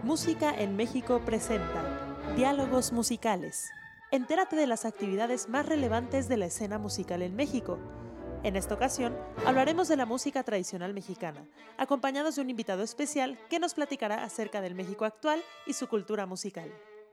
Música en México presenta Diálogos Musicales. Entérate de las actividades más relevantes de la escena musical en México. En esta ocasión hablaremos de la música tradicional mexicana, acompañados de un invitado especial que nos platicará acerca del México actual y su cultura musical.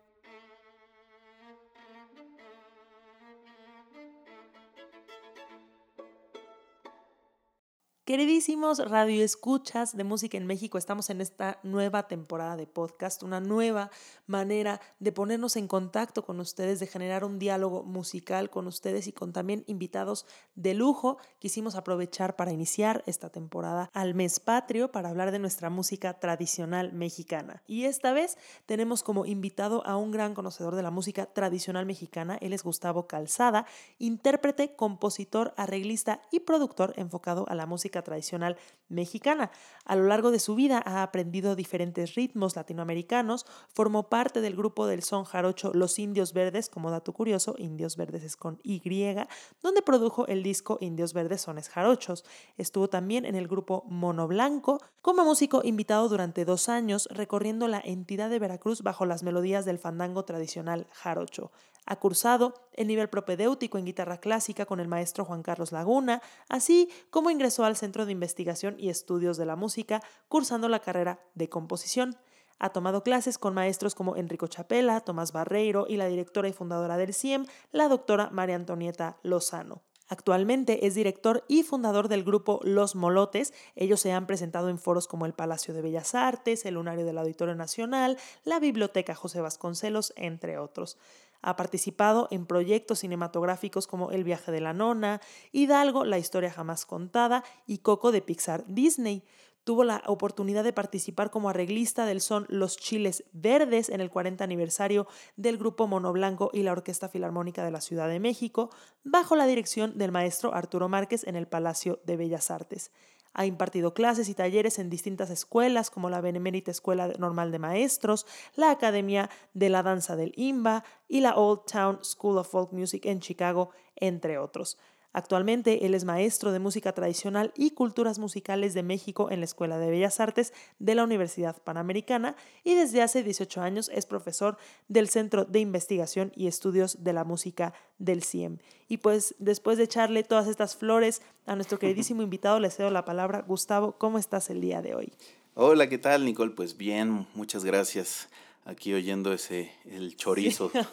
Queridísimos radioescuchas de Música en México, estamos en esta nueva temporada de podcast, una nueva manera de ponernos en contacto con ustedes, de generar un diálogo musical con ustedes y con también invitados de lujo. Quisimos aprovechar para iniciar esta temporada al mes patrio para hablar de nuestra música tradicional mexicana. Y esta vez tenemos como invitado a un gran conocedor de la música tradicional mexicana. Él es Gustavo Calzada, intérprete, compositor, arreglista y productor enfocado a la música tradicional mexicana. A lo largo de su vida ha aprendido diferentes ritmos latinoamericanos, formó parte del grupo del son jarocho Los Indios Verdes, como dato curioso, Indios Verdes es con Y, donde produjo el disco Indios Verdes Sones Jarochos. Estuvo también en el grupo Mono Blanco como músico invitado durante 2 años, recorriendo la entidad de Veracruz bajo las melodías del fandango tradicional jarocho. Ha cursado el nivel propedéutico en guitarra clásica con el maestro Juan Carlos Laguna, así como ingresó al Centro de Investigación y Estudios de la Música, cursando la carrera de composición. Ha tomado clases con maestros como Enrico Chapela, Tomás Barreiro y la directora y fundadora del CIEM, la doctora María Antonieta Lozano. Actualmente es director y fundador del grupo Los Molotes. Ellos se han presentado en foros como el Palacio de Bellas Artes, el Lunario del Auditorio Nacional, la Biblioteca José Vasconcelos, entre otros. Ha participado en proyectos cinematográficos como El viaje de la nona, Hidalgo, La historia jamás contada y Coco de Pixar Disney. Tuvo la oportunidad de participar como arreglista del son Los Chiles Verdes en el 40 aniversario del grupo Mono Blanco y la Orquesta Filarmónica de la Ciudad de México, bajo la dirección del maestro Arturo Márquez en el Palacio de Bellas Artes. Ha impartido clases y talleres en distintas escuelas como la Benemérita Escuela Normal de Maestros, la Academia de la Danza del IMBA y la Old Town School of Folk Music en Chicago, entre otros. Actualmente él es maestro de música tradicional y culturas musicales de México en la Escuela de Bellas Artes de la Universidad Panamericana y desde hace 18 años es profesor del Centro de Investigación y Estudios de la Música del CIEM. Y pues después de echarle todas estas flores a nuestro queridísimo invitado, le cedo la palabra. Gustavo, ¿cómo estás el día de hoy? Hola, ¿qué tal, Nicole? Pues bien, muchas gracias. Aquí oyendo el chorizo, Sí.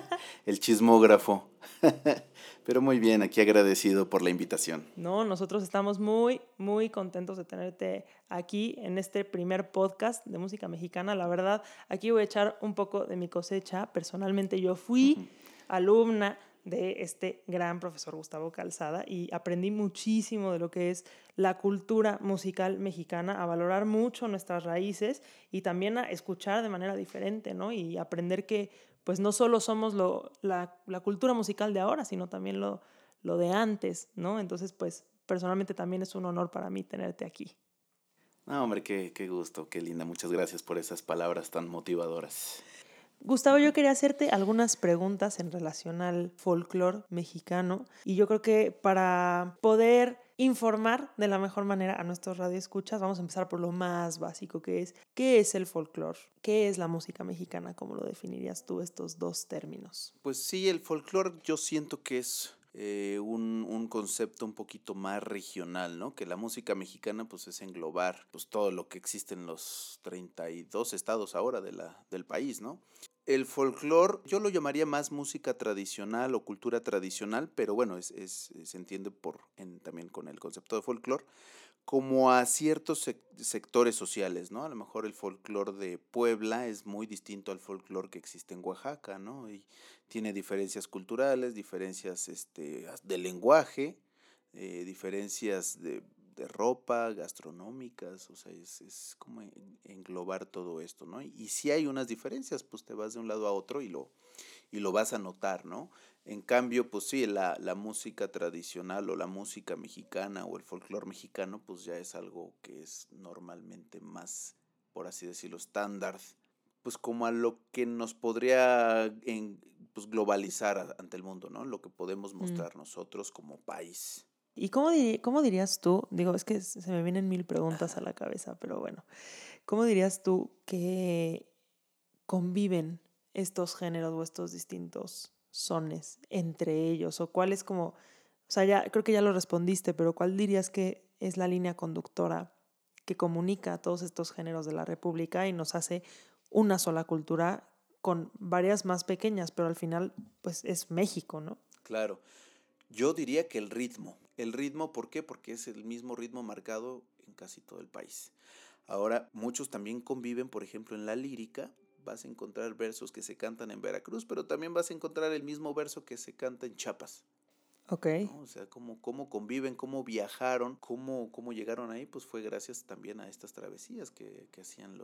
el chismógrafo. Pero muy bien, aquí agradecido por la invitación. No, nosotros estamos muy, muy contentos de tenerte aquí en este primer podcast de música mexicana. La verdad, aquí voy a echar un poco de mi cosecha. Personalmente yo fui alumna de este gran profesor Gustavo Calzada y aprendí muchísimo de lo que es la cultura musical mexicana, a valorar mucho nuestras raíces y también a escuchar de manera diferente, ¿no? Y aprender que pues no solo somos la cultura musical de ahora, sino también lo de antes, ¿no? Entonces, pues, personalmente también es un honor para mí tenerte aquí. No, hombre, qué gusto, qué linda. Muchas gracias por esas palabras tan motivadoras. Gustavo, yo quería hacerte algunas preguntas en relación al folclore mexicano y yo creo que para poder informar de la mejor manera a nuestros radioescuchas, vamos a empezar por lo más básico que es, ¿qué es el folclore? ¿Qué es la música mexicana? ¿Cómo lo definirías tú estos dos términos? Pues sí, el folclore yo siento que es un concepto un poquito más regional, ¿no? Que la música mexicana pues es englobar pues todo lo que existe en los 32 estados ahora del país, ¿no? El folclore yo lo llamaría más música tradicional o cultura tradicional, pero bueno, se entiende también con el concepto de folclore como a ciertos sectores sociales, ¿no? A lo mejor el folclore de Puebla es muy distinto al folclore que existe en Oaxaca, ¿no? Y tiene diferencias culturales, diferencias de lenguaje, diferencias de ropa, gastronómicas, o sea, es como englobar todo esto, ¿no? Y si hay unas diferencias, pues te vas de un lado a otro y lo vas a notar, ¿no? En cambio, pues sí, la música tradicional o la música mexicana o el folclore mexicano, pues ya es algo que es normalmente más, por así decirlo, estándar, pues como a lo que nos podría pues globalizar ante el mundo, ¿no? Lo que podemos mostrar nosotros como país. ¿Y cómo dirías tú? Digo, es que se me vienen 1000 preguntas a Ajá. la cabeza, pero bueno. ¿Cómo dirías tú que conviven estos géneros o estos distintos sones entre ellos? ¿O cuál es como, o sea, ya creo que ya lo respondiste, pero cuál dirías que es la línea conductora que comunica a todos estos géneros de la República y nos hace una sola cultura con varias más pequeñas, pero al final pues es México, ¿no? Claro. Yo diría que el ritmo. El ritmo, ¿por qué? Porque es el mismo ritmo marcado en casi todo el país. Ahora, muchos también conviven, por ejemplo, en la lírica. Vas a encontrar versos que se cantan en Veracruz, pero también vas a encontrar el mismo verso que se canta en Chiapas. Ok. ¿No? O sea, cómo conviven, cómo viajaron, cómo llegaron ahí, pues fue gracias también a estas travesías que hacían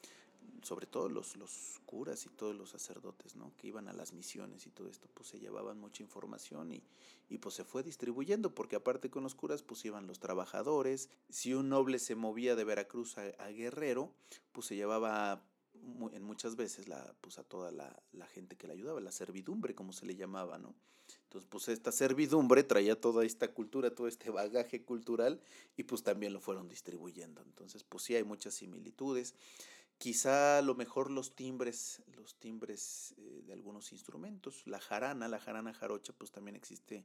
sobre todo los curas y todos los sacerdotes, ¿no? Que iban a las misiones y todo esto, pues se llevaban mucha información y pues se fue distribuyendo, porque aparte con los curas, pues iban los trabajadores. Si un noble se movía de Veracruz a Guerrero, pues se llevaba en muchas veces pues a toda la gente que le ayudaba, la servidumbre, como se le llamaba, ¿no? Entonces, pues esta servidumbre traía toda esta cultura, todo este bagaje cultural y pues también lo fueron distribuyendo. Entonces, pues sí hay muchas similitudes. Quizá a lo mejor los timbres de algunos instrumentos, la jarana jarocha, pues también existe,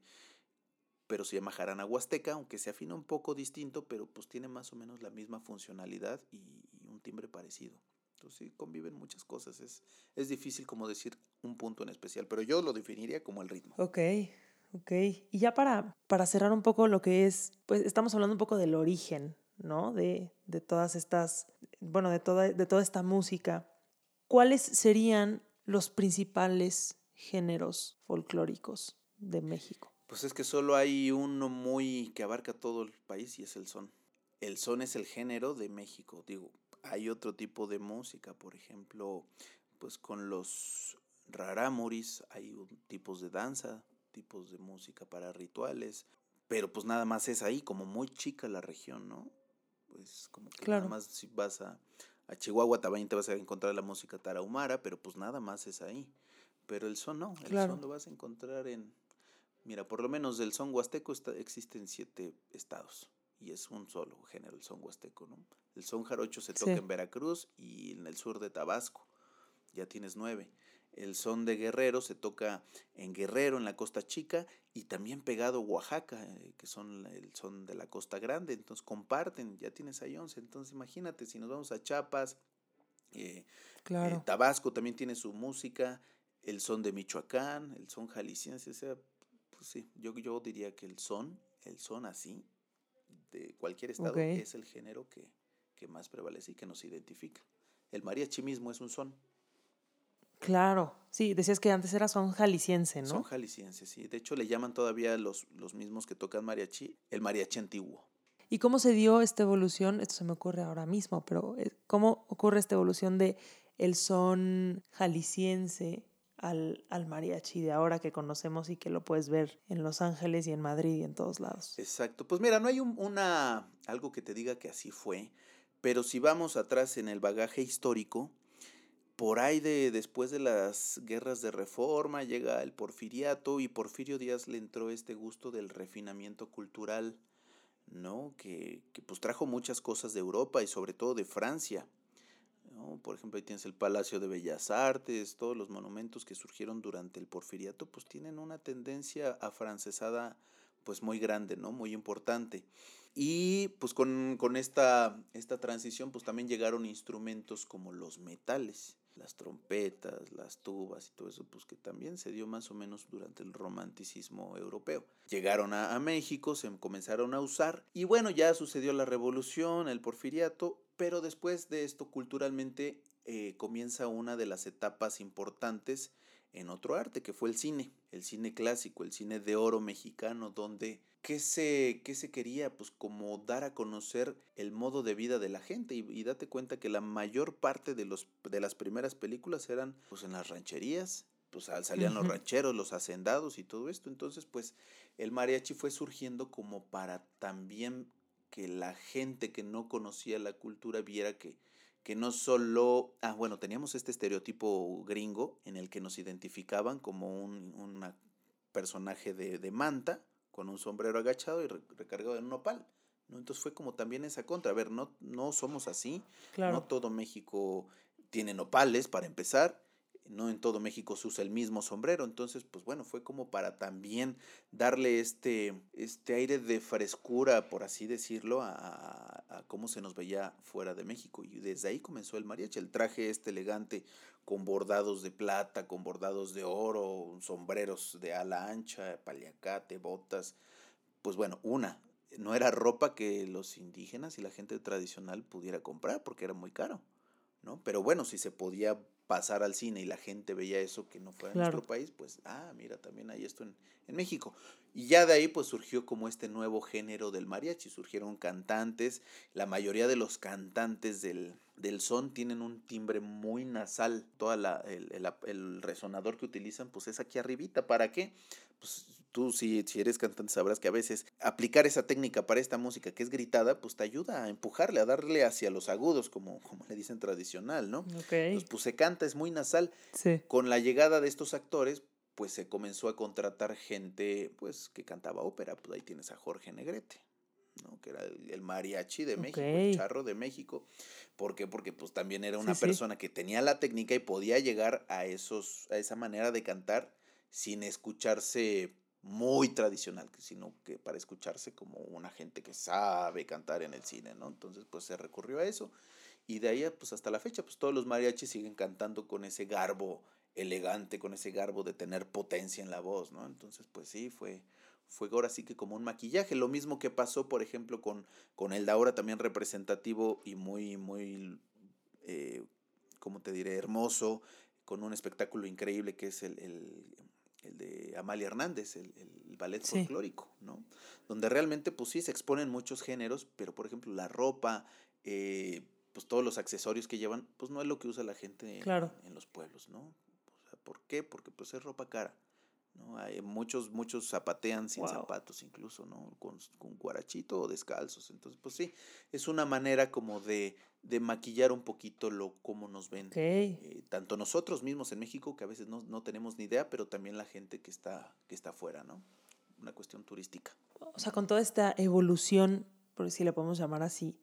pero se llama jarana huasteca, aunque se afina un poco distinto, pero pues tiene más o menos la misma funcionalidad y un timbre parecido. Entonces sí, conviven muchas cosas, es difícil como decir un punto en especial, pero yo lo definiría como el ritmo. Ok, ok. Y ya para cerrar un poco lo que es, pues estamos hablando un poco del origen, ¿no? De todas estas, bueno, de toda esta música. ¿Cuáles serían los principales géneros folclóricos de México? Pues es que solo hay uno muy que abarca todo el país y es el son. El son es el género de México. Digo, hay otro tipo de música, por ejemplo, pues con los rarámuris hay tipos de danza, tipos de música para rituales, pero pues nada más es ahí, como muy chica la región, ¿no? Pues como que nada Claro, más si vas a Chihuahua también te vas a encontrar la música tarahumara, pero pues nada más es ahí. Pero el son no, el son claro. lo vas a encontrar mira, por lo menos del son huasteco existen 7 estados y es un solo género, el son huasteco, ¿no? El son jarocho se toca Sí, en Veracruz y en el sur de Tabasco, ya tienes 9. El son de Guerrero se toca en Guerrero, en la Costa Chica, y también pegado Oaxaca, que son el son de la Costa Grande, entonces comparten, ya tienes ahí 11. Entonces imagínate, si nos vamos a Chiapas, eh, claro. Tabasco también tiene su música, el son de Michoacán, el son jalisciense, o sea, pues sí, yo diría que el son así, de cualquier Ok, estado, es el género que más prevalece y que nos identifica. El mariachi mismo es un son. claro. Sí, decías que antes era son jalisciense, Son ¿no? jaliscienses, sí. De hecho, le llaman todavía los mismos que tocan mariachi, el mariachi antiguo. ¿Y cómo se dio esta evolución? Esto se me ocurre ahora mismo, pero ¿cómo ocurre esta evolución de el son jalisciense al mariachi de ahora que conocemos y que lo puedes ver en Los Ángeles y en Madrid y en todos lados? Exacto. Pues mira, no hay algo que te diga que así fue, pero si vamos atrás en el bagaje histórico, por ahí después de las guerras de reforma llega el porfiriato y Porfirio Díaz le entró este gusto del refinamiento cultural, ¿no? Que pues trajo muchas cosas de Europa y sobre todo de Francia, ¿no? Por ejemplo, ahí tienes el Palacio de Bellas Artes, todos los monumentos que surgieron durante el porfiriato, pues tienen una tendencia afrancesada pues muy grande, ¿no? Muy importante. Y pues con esta transición pues también llegaron instrumentos como los metales, las trompetas, las tubas y todo eso, pues que también se dio más o menos durante el romanticismo europeo. Llegaron a México, se comenzaron a usar y bueno, ya sucedió la revolución, el porfiriato, pero después de esto culturalmente comienza una de las etapas importantes en otro arte, que fue el cine clásico, el cine de oro mexicano, donde ¿qué se quería? Pues como dar a conocer el modo de vida de la gente y date cuenta que la mayor parte de las primeras películas eran pues en las rancherías, pues salían los Ujú. rancheros, los hacendados y todo esto, entonces pues el mariachi fue surgiendo como para también que la gente que no conocía la cultura viera que no solo, bueno, teníamos este estereotipo gringo en el que nos identificaban como un personaje de manta, con un sombrero agachado y recargado en un nopal, ¿no? Entonces fue como también esa contra, a ver, no somos así, no Claro. todo México tiene nopales para empezar, no en todo México se usa el mismo sombrero, entonces pues bueno, fue como para también darle este aire de frescura, por así decirlo, a cómo se nos veía fuera de México, y desde ahí comenzó el mariachi, el traje elegante con bordados de plata, con bordados de oro, sombreros de ala ancha, paliacate, botas, pues bueno, no era ropa que los indígenas y la gente tradicional pudiera comprar porque era muy caro, ¿no? Pero bueno, si se podía pasar al cine y la gente veía eso que no fuera en Claro. nuestro país, pues, mira, también hay esto en México. Y ya de ahí pues surgió como este nuevo género del mariachi, surgieron cantantes, la mayoría de los cantantes del son tienen un timbre muy nasal, el resonador que utilizan pues es aquí arribita, ¿para qué? Pues tú si eres cantante sabrás que a veces aplicar esa técnica para esta música que es gritada, pues te ayuda a empujarle, a darle hacia los agudos, como le dicen tradicional, ¿no? Ok. Entonces, pues se canta, es muy nasal. Sí. Con la llegada de estos actores, pues se comenzó a contratar gente, pues, que cantaba ópera. Pues ahí tienes a Jorge Negrete, ¿no? Que era el mariachi de Ok. México, el charro de México. ¿Por qué? Porque pues también era Sí, una sí. persona que tenía la técnica y podía llegar a esa manera de cantar sin escucharse muy tradicional, sino que para escucharse como una gente que sabe cantar en el cine, ¿no? Entonces, pues se recurrió a eso. Y de ahí, pues hasta la fecha, pues todos los mariachis siguen cantando con ese garbo elegante, con ese garbo de tener potencia en la voz, ¿no? Entonces, pues sí, fue ahora sí que como un maquillaje. Lo mismo que pasó, por ejemplo, con el de ahora también representativo y muy, eh, ¿cómo te diré? Hermoso, con un espectáculo increíble que es el de Amalia Hernández, el ballet Sí. folclórico, ¿no? Donde realmente, pues sí, se exponen muchos géneros, pero por ejemplo la ropa, pues todos los accesorios que llevan, pues no es lo que usa la gente Claro. en los pueblos, ¿no? O sea, ¿por qué? Porque pues es ropa cara, ¿no? Hay muchos zapatean sin Wow. zapatos incluso, ¿no? Con guarachito o descalzos. Entonces, pues sí, es una manera como de maquillar un poquito cómo nos ven, Ok. tanto nosotros mismos en México, que a veces no tenemos ni idea, pero también la gente que está afuera, ¿no? Una cuestión turística. O sea, con toda esta evolución, por si le podemos llamar así,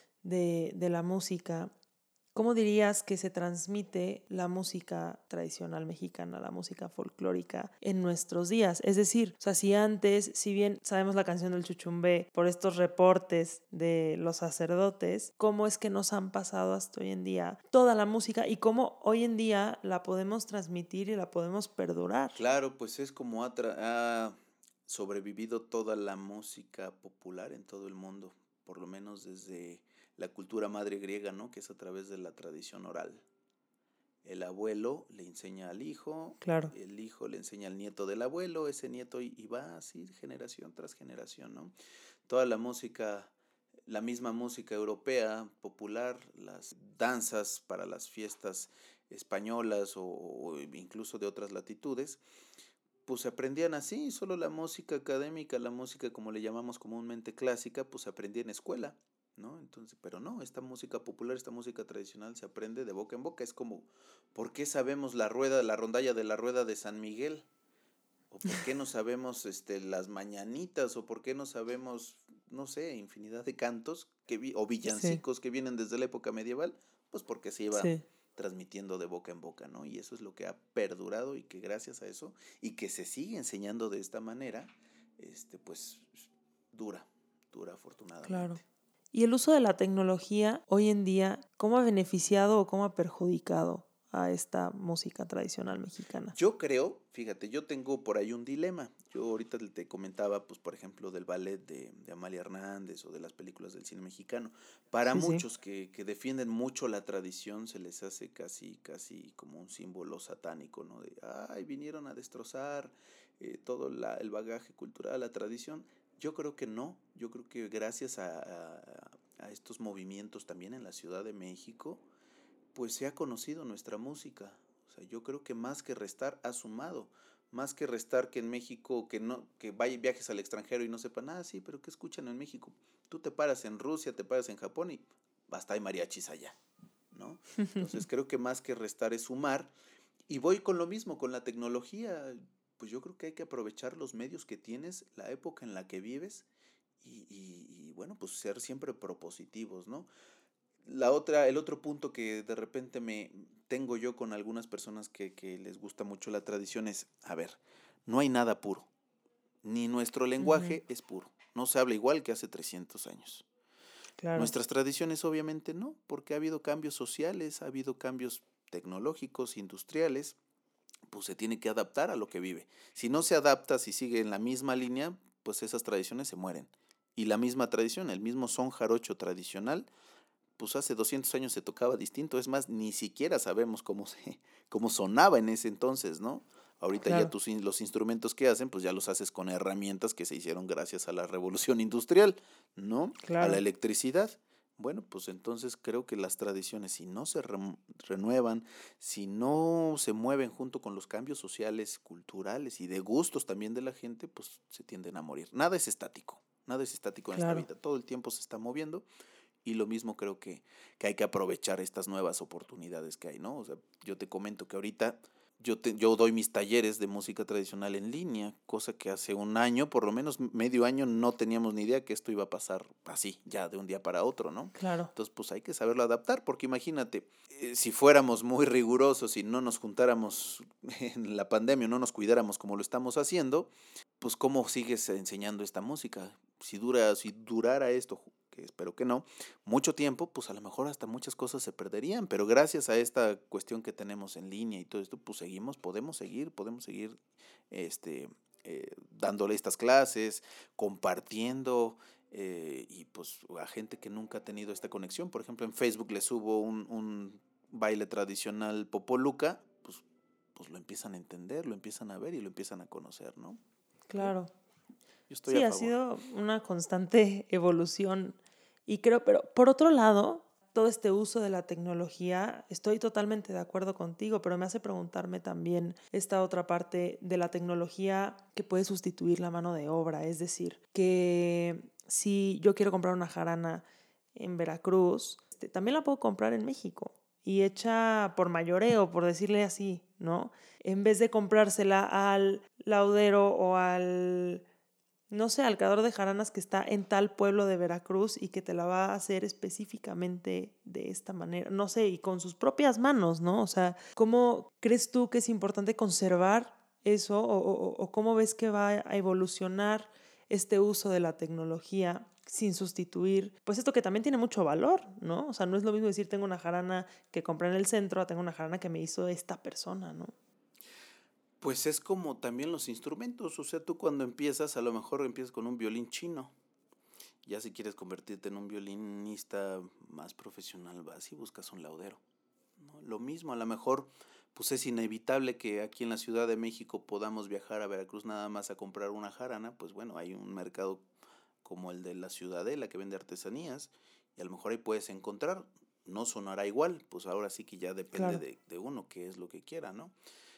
de la música, ¿cómo dirías que se transmite la música tradicional mexicana, la música folclórica en nuestros días? Es decir, o sea, si antes, si bien sabemos la canción del Chuchumbé por estos reportes de los sacerdotes, ¿cómo es que nos han pasado hasta hoy en día toda la música y cómo hoy en día la podemos transmitir y la podemos perdurar? Claro, pues es como ha sobrevivido toda la música popular en todo el mundo, por lo menos desde la cultura madre griega, ¿no? Que es a través de la tradición oral. El abuelo le enseña al hijo, Claro. el hijo le enseña al nieto del abuelo, ese nieto y va así generación tras generación, ¿no? Toda la misma música europea popular, las danzas para las fiestas españolas o incluso de otras latitudes, pues se aprendían así, solo la música académica, la música como le llamamos comúnmente clásica, pues se aprendía en escuela, ¿no? Entonces, pero no, esta música popular, esta música tradicional se aprende de boca en boca, es como, ¿por qué sabemos la rondalla de la rueda de San Miguel? ¿O por qué no sabemos las mañanitas? ¿O por qué no sabemos, no sé, infinidad de cantos o Sí, villancicos que vienen desde la época medieval? Pues porque se iba sí. transmitiendo de boca en boca, ¿no? Y eso es lo que ha perdurado y que gracias a eso y que se sigue enseñando de esta manera, pues dura, dura Claro. afortunadamente. ¿Y el uso de la tecnología hoy en día, cómo ha beneficiado o cómo ha perjudicado a esta música tradicional mexicana? Yo creo, fíjate, yo tengo por ahí un dilema. Yo ahorita te comentaba, pues, por ejemplo, del ballet de Amalia Hernández o de las películas del cine mexicano. Para Sí, sí. muchos que defienden mucho la tradición, se les hace casi como un símbolo satánico, ¿no? De, ay, vinieron a destrozar todo el bagaje cultural, la tradición. Yo creo que no. Yo creo que gracias a estos movimientos también en la Ciudad de México, pues se ha conocido nuestra música. O sea, yo creo que más que restar ha sumado, más que restar que en México que viajes al extranjero y no sepan, sí, pero ¿qué escuchan en México? Tú te paras en Rusia, te paras en Japón y hasta hay mariachis allá, ¿no? Entonces creo que más que restar es sumar y voy con lo mismo, con la tecnología, pues yo creo que hay que aprovechar los medios que tienes, la época en la que vives y bueno, pues ser siempre propositivos, ¿no? el otro punto que de repente me tengo yo con algunas personas que les gusta mucho la tradición es, a ver, no hay nada puro, ni nuestro Ujú, lenguaje es puro, no se habla igual que hace 300 años. claro, Nuestras tradiciones obviamente no, porque ha habido cambios sociales, ha habido cambios tecnológicos, industriales, pues se tiene que adaptar a lo que vive. Si no se adapta, si sigue en la misma línea, pues esas tradiciones se mueren. Y la misma tradición, el mismo son jarocho tradicional, pues hace 200 años se tocaba distinto, es más, ni siquiera sabemos cómo sonaba en ese entonces, ¿no? Ahorita ya claro, los instrumentos que hacen, pues ya los haces con herramientas que se hicieron gracias a la revolución industrial, ¿no? A la claro. electricidad. Bueno, pues entonces creo que las tradiciones, si no se renuevan, si no se mueven junto con los cambios sociales, culturales y de gustos también de la gente, pues se tienden a morir. Nada es estático en esta Claro. vida, todo el tiempo se está moviendo y lo mismo creo que hay que aprovechar estas nuevas oportunidades que hay, ¿no? O sea, yo te comento que ahorita yo doy mis talleres de música tradicional en línea, cosa que hace un año, por lo menos medio año, no teníamos ni idea que esto iba a pasar así, ya de un día para otro, ¿no? Claro, Entonces, pues hay que saberlo adaptar, porque imagínate, si fuéramos muy rigurosos y no nos juntáramos en la pandemia, no nos cuidáramos como lo estamos haciendo, pues cómo sigues enseñando esta música. Si durara esto, que espero que no, mucho tiempo, pues a lo mejor hasta muchas cosas se perderían, pero gracias a esta cuestión que tenemos en línea y todo esto, pues podemos seguir este, dándole estas clases, compartiendo, y pues a gente que nunca ha tenido esta conexión. Por ejemplo, en Facebook le subo un baile tradicional popoluca, pues lo empiezan a entender, lo empiezan a ver y lo empiezan a conocer, ¿no? Yo, claro. yo estoy Sí, a ha favor. sido una constante evolución y creo, pero por otro lado, todo este uso de la tecnología, estoy totalmente de acuerdo contigo, pero me hace preguntarme también esta otra parte de la tecnología que puede sustituir la mano de obra, es decir, que si yo quiero comprar una jarana en Veracruz, también la puedo comprar en México y hecha por mayoreo, por decirle así, ¿no? En vez de comprársela al laudero o al no sé, al creador de jaranas que está en tal pueblo de Veracruz y que te la va a hacer específicamente de esta manera, no sé, y con sus propias manos, ¿no? O sea, ¿cómo crees tú que es importante conservar eso o cómo ves que va a evolucionar este uso de la tecnología sin sustituir, pues esto que también tiene mucho valor, ¿no? O sea, no es lo mismo decir tengo una jarana que compré en el centro a tengo una jarana que me hizo esta persona, ¿no? Pues es como también los instrumentos, o sea, tú cuando empiezas, a lo mejor empiezas con un violín chino, ya si quieres convertirte en un violinista más profesional, vas y buscas un laudero, ¿no? Lo mismo, a lo mejor, pues es inevitable que aquí en la Ciudad de México podamos viajar a Veracruz nada más a comprar una jarana, pues bueno, hay un mercado como el de la Ciudadela que vende artesanías y a lo mejor ahí puedes encontrar, no sonará igual, pues ahora sí que ya depende Claro, de uno, qué es lo que quiera, ¿no?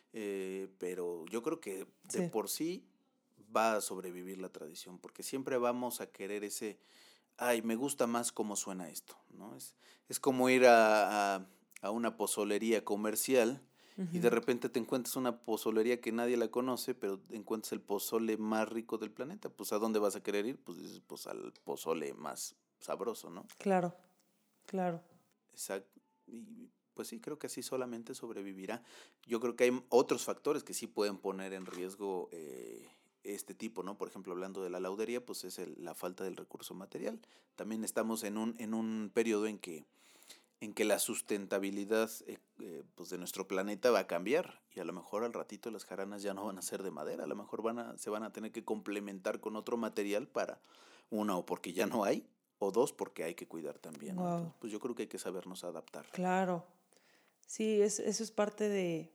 Pero yo creo que de sí, por sí va a sobrevivir la tradición, porque siempre vamos a querer ese, ay, me gusta más cómo suena esto, ¿no? Es como ir a una pozolería comercial y de ujú, repente te encuentras una pozolería que nadie la conoce, pero encuentras el pozole más rico del planeta. Pues ¿a dónde vas a querer ir? Pues dices, pues al pozole más sabroso, ¿no? claro, claro, Exacto. Y pues sí, creo que así solamente sobrevivirá. Yo creo que hay otros factores que sí pueden poner en riesgo este tipo, ¿no? Por ejemplo, hablando de la laudería, pues es la falta del recurso material. También estamos en un periodo en que la sustentabilidad pues de nuestro planeta va a cambiar y a lo mejor al ratito las jaranas ya no van a ser de madera, a lo mejor se van a tener que complementar con otro material para, una, o porque ya no hay, o dos, porque hay que cuidar también, ¿no? wow, Entonces, pues yo creo que hay que sabernos adaptar. claro. Sí, eso es parte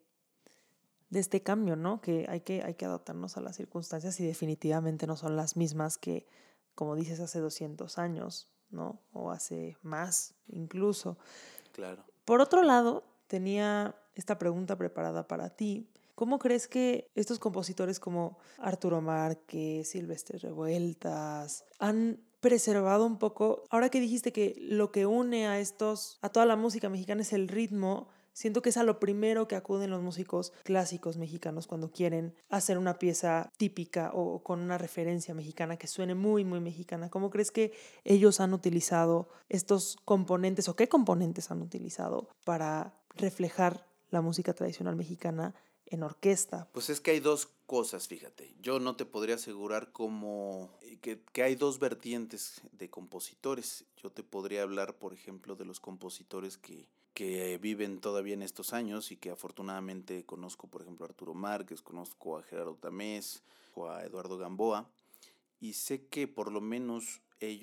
de este cambio, ¿no? Que hay que adaptarnos a las circunstancias y definitivamente no son las mismas que, como dices, hace 200 años, ¿no? O hace más incluso. Claro. Por otro lado, tenía esta pregunta preparada para ti. ¿Cómo crees que estos compositores como Arturo Márquez, Silvestre Revueltas, han preservado un poco, ahora que dijiste que lo que une a estos, a toda la música mexicana es el ritmo, Siento que es a lo primero que acuden los músicos clásicos mexicanos cuando quieren hacer una pieza típica o con una referencia mexicana que suene muy, muy mexicana. ¿Cómo crees que ellos han utilizado estos componentes o qué componentes han utilizado para reflejar la música tradicional mexicana en orquesta? Pues es que hay dos cosas, fíjate. Yo no te podría asegurar que hay dos vertientes de compositores. Yo te podría hablar, por ejemplo, de los compositores que viven todavía en estos años y que afortunadamente conozco, por ejemplo, a Arturo Márquez, conozco a Gerardo Tamés, o a Eduardo Gamboa, y sé que por lo menos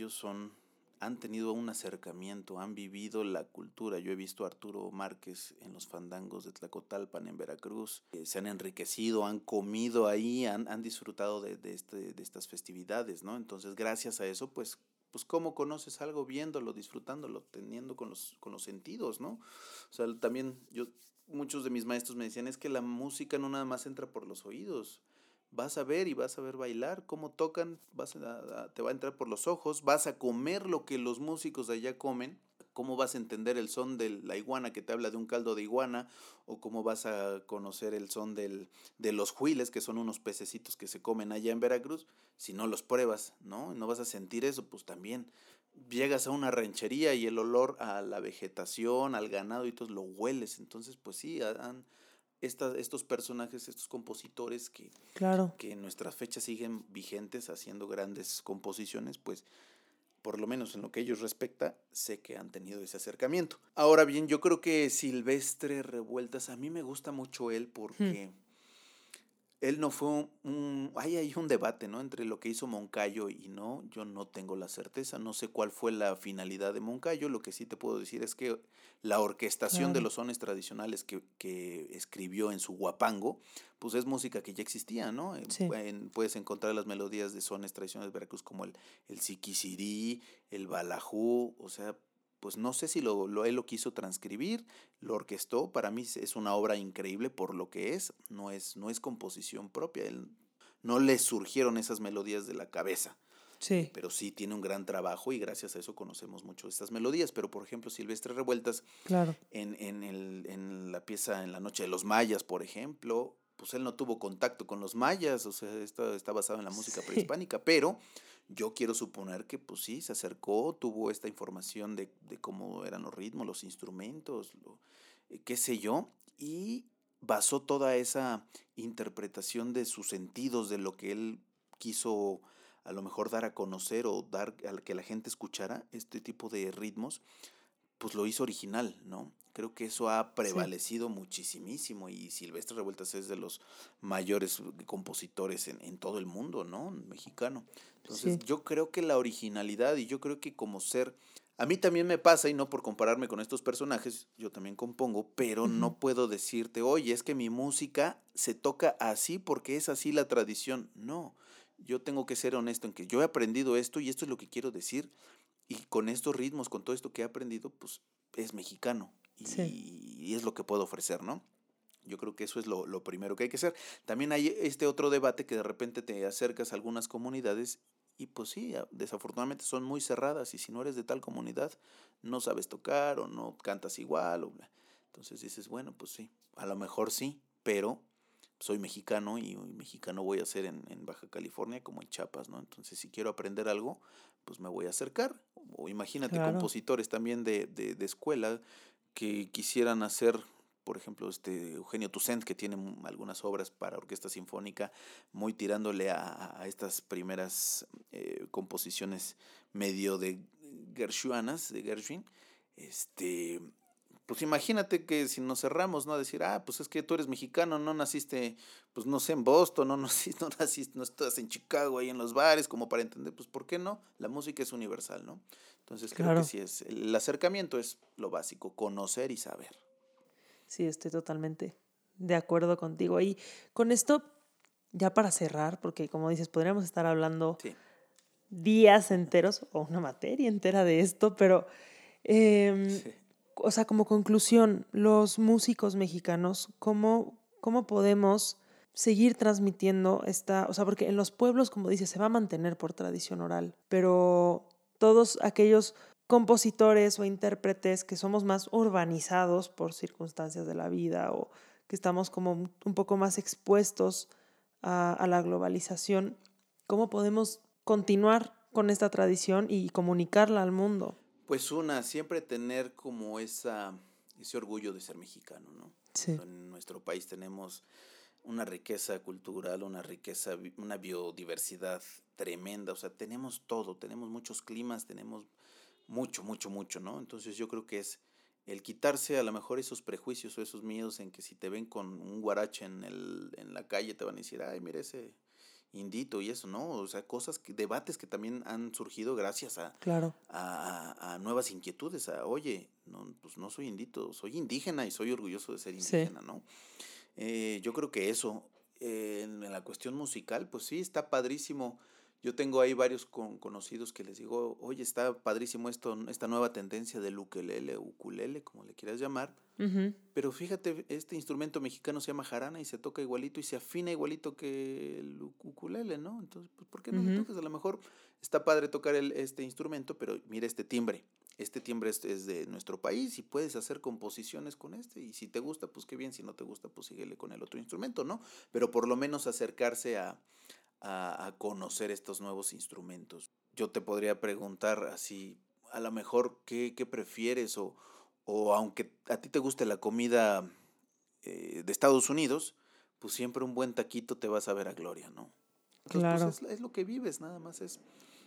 han tenido un acercamiento, han vivido la cultura. Yo he visto a Arturo Márquez en los fandangos de Tlacotalpan, en Veracruz. Se han enriquecido, han comido ahí, han disfrutado de estas festividades, ¿no? Entonces, gracias a eso, pues cómo conoces algo viéndolo, disfrutándolo, teniendo con los sentidos, ¿no? O sea, también muchos de mis maestros me decían, es que la música no nada más entra por los oídos. Vas a ver y vas a ver bailar, cómo tocan, te va a entrar por los ojos, vas a comer lo que los músicos de allá comen, cómo vas a entender el son de la iguana que te habla de un caldo de iguana, o cómo vas a conocer el son de los huiles, que son unos pececitos que se comen allá en Veracruz, si no los pruebas, ¿no? No vas a sentir eso, pues también llegas a una ranchería y el olor a la vegetación, al ganado y todo, lo hueles, entonces pues sí, estos personajes, estos compositores Claro. que en nuestras fechas siguen vigentes haciendo grandes composiciones, pues por lo menos en lo que ellos respecta, sé que han tenido ese acercamiento. Ahora bien, yo creo que Silvestre Revueltas, a mí me gusta mucho él porque él no fue hay un debate, ¿no? Entre lo que hizo Moncayo y no, yo no tengo la certeza, no sé cuál fue la finalidad de Moncayo, lo que sí te puedo decir es que la orquestación de Claro. los sones tradicionales que escribió en su guapango, pues es música que ya existía, ¿no? Sí. Puedes encontrar las melodías de sones tradicionales de Veracruz como el siquisirí, el balajú, o sea, pues no sé si él lo quiso transcribir, lo orquestó, para mí es una obra increíble por lo que no es composición propia, no le surgieron esas melodías de la cabeza, Sí. pero sí tiene un gran trabajo y gracias a eso conocemos mucho estas melodías, pero por ejemplo Silvestre Revueltas, Claro. en la pieza En la Noche de los Mayas, por ejemplo, pues él no tuvo contacto con los mayas, o sea, esto está basado en la música Sí. prehispánica, pero yo quiero suponer que pues sí, se acercó, tuvo esta información de cómo eran los ritmos, los instrumentos, qué sé yo, y basó toda esa interpretación de sus sentidos, de lo que él quiso a lo mejor dar a conocer o dar a que la gente escuchara este tipo de ritmos, pues lo hizo original, ¿no? Creo que eso ha Sí. prevalecido muchísimo y Silvestre Revueltas es de los mayores compositores en todo el mundo, ¿no? Mexicano. Entonces Sí. yo creo que la originalidad y yo creo que a mí también me pasa y no por compararme con estos personajes, yo también compongo, pero Ujú. no puedo decirte, oye, es que mi música se toca así porque es así la tradición. No, yo tengo que ser honesto en que yo he aprendido esto y esto es lo que quiero decir y con estos ritmos, con todo esto que he aprendido, pues es mexicano Sí. y es lo que puedo ofrecer, ¿no? Yo creo que eso es lo primero que hay que hacer. También hay este otro debate que de repente te acercas a algunas comunidades y pues sí, desafortunadamente son muy cerradas y si no eres de tal comunidad no sabes tocar o no cantas igual o bla. Entonces dices, bueno, pues sí, a lo mejor sí, pero soy mexicano y mexicano voy a ser en Baja California como en Chiapas, ¿no? Entonces si quiero aprender algo, pues me voy a acercar. O imagínate Claro. compositores también de escuela que quisieran hacer, por ejemplo, Eugenio Toussaint, que tiene algunas obras para orquesta sinfónica, muy tirándole a estas primeras composiciones medio de Gershuanas, de Gershwin, pues imagínate que si nos cerramos, ¿no? A decir, pues es que tú eres mexicano, no naciste, pues no sé, en Boston, no estás en Chicago, ahí en los bares, como para entender, pues ¿por qué no? La música es universal, ¿no? Entonces creo que Claro. sí el acercamiento es lo básico, conocer y saber. Sí, estoy totalmente de acuerdo contigo. Y con esto, ya para cerrar, porque como dices, podríamos estar hablando Sí. días enteros o una materia entera de esto, pero, em, Sí. o sea, como conclusión, los músicos mexicanos, ¿cómo podemos seguir transmitiendo o sea, porque en los pueblos, como dices, se va a mantener por tradición oral, pero todos aquellos compositores o intérpretes que somos más urbanizados por circunstancias de la vida o que estamos como un poco más expuestos a la globalización, ¿cómo podemos continuar con esta tradición y comunicarla al mundo? Pues siempre tener como ese orgullo de ser mexicano, ¿no? Sí. En nuestro país tenemos una riqueza cultural, una biodiversidad tremenda, o sea, tenemos todo, tenemos muchos climas, tenemos mucho, mucho, mucho, ¿no? Entonces yo creo que es el quitarse a lo mejor esos prejuicios o esos miedos en que si te ven con un guarache en la calle te van a decir, ay, mira ese indito y eso, ¿no? O sea, debates que también han surgido gracias Claro. a nuevas inquietudes, oye, no, pues no soy indito, soy indígena y soy orgulloso de ser indígena, Sí. ¿no? Yo creo que eso, en la cuestión musical, pues sí, está padrísimo. Yo tengo ahí varios conocidos que les digo, oye, está padrísimo esta nueva tendencia del ukulele, como le quieras llamar. Uh-huh. Pero fíjate, este instrumento mexicano se llama jarana y se toca igualito y se afina igualito que el ukulele, ¿no? Entonces, pues, ¿por qué no le Uh-huh. tocas? A lo mejor está padre tocar este instrumento, pero mira este timbre. Este timbre es de nuestro país y puedes hacer composiciones con este. Y si te gusta, pues qué bien. Si no te gusta, pues síguele con el otro instrumento, ¿no? Pero por lo menos acercarse a conocer estos nuevos instrumentos. Yo te podría preguntar así, a lo mejor, ¿qué prefieres? O aunque a ti te guste la comida de Estados Unidos, pues siempre un buen taquito te vas a ver a gloria, ¿no? Entonces, Claro. pues es lo que vives, nada más es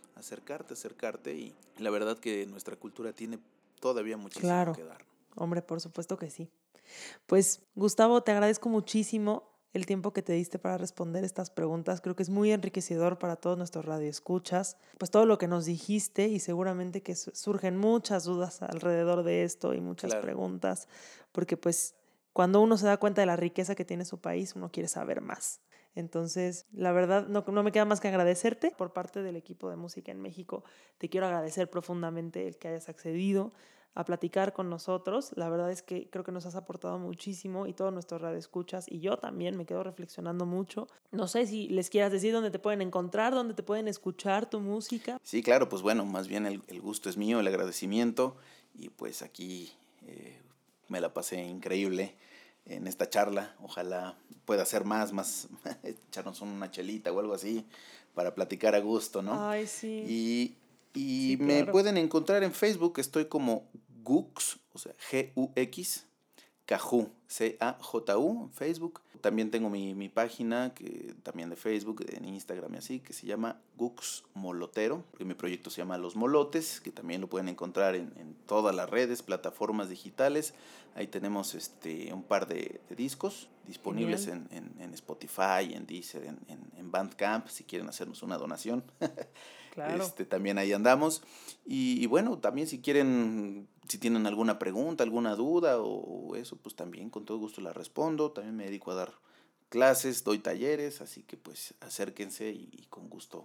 acercarte y la verdad que nuestra cultura tiene todavía muchísimo que dar. Hombre, por supuesto que sí. Pues, Gustavo, te agradezco muchísimo el tiempo que te diste para responder estas preguntas. Creo que es muy enriquecedor para todos nuestros radioescuchas. Pues todo lo que nos dijiste y seguramente que surgen muchas dudas alrededor de esto y muchas Claro. preguntas, porque pues cuando uno se da cuenta de la riqueza que tiene su país, uno quiere saber más. Entonces, la verdad, no me queda más que agradecerte por parte del equipo de Música en México. Te quiero agradecer profundamente el que hayas accedido a platicar con nosotros. La verdad es que creo que nos has aportado muchísimo y todos nuestros radioescuchas y yo también me quedo reflexionando mucho. No sé si les quieras decir dónde te pueden encontrar, dónde te pueden escuchar tu música. Sí, claro, pues bueno, más bien el gusto es mío, el agradecimiento y pues aquí me la pasé increíble en esta charla. Ojalá pueda ser más echarnos una chelita o algo así para platicar a gusto, ¿no? Ay, sí. Y Sí, me claro. pueden encontrar en Facebook, estoy como Gux, o sea, Gux, Caju, Caju, en Facebook. También tengo mi página, que también de Facebook, en Instagram y así, que se llama Gux Molotero, porque mi proyecto se llama Los Molotes, que también lo pueden encontrar en todas las redes, plataformas digitales. Ahí tenemos un par de discos disponibles en Spotify, en Deezer, en Bandcamp, si quieren hacernos una donación. Claro. También ahí andamos. Y bueno, también si quieren, si tienen alguna pregunta, alguna duda o eso, pues también con todo gusto la respondo. También me dedico a dar clases, doy talleres, así que pues acérquense y con gusto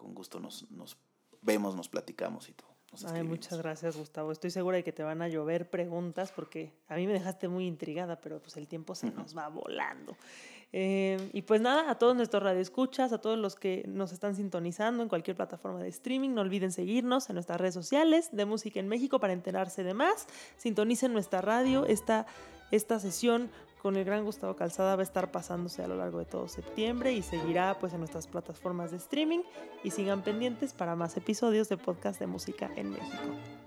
nos vemos, nos platicamos y todo. Ay, muchas gracias, Gustavo. Estoy segura de que te van a llover preguntas porque a mí me dejaste muy intrigada, pero pues el tiempo se nos va volando. Y pues nada, a todos nuestros radioescuchas, a todos los que nos están sintonizando en cualquier plataforma de streaming, no olviden seguirnos en nuestras redes sociales de Música en México para enterarse de más. Sintonicen nuestra radio. Esta sesión con el gran Gustavo Calzada va a estar pasándose a lo largo de todo septiembre y seguirá pues en nuestras plataformas de streaming y sigan pendientes para más episodios de podcast de Música en México.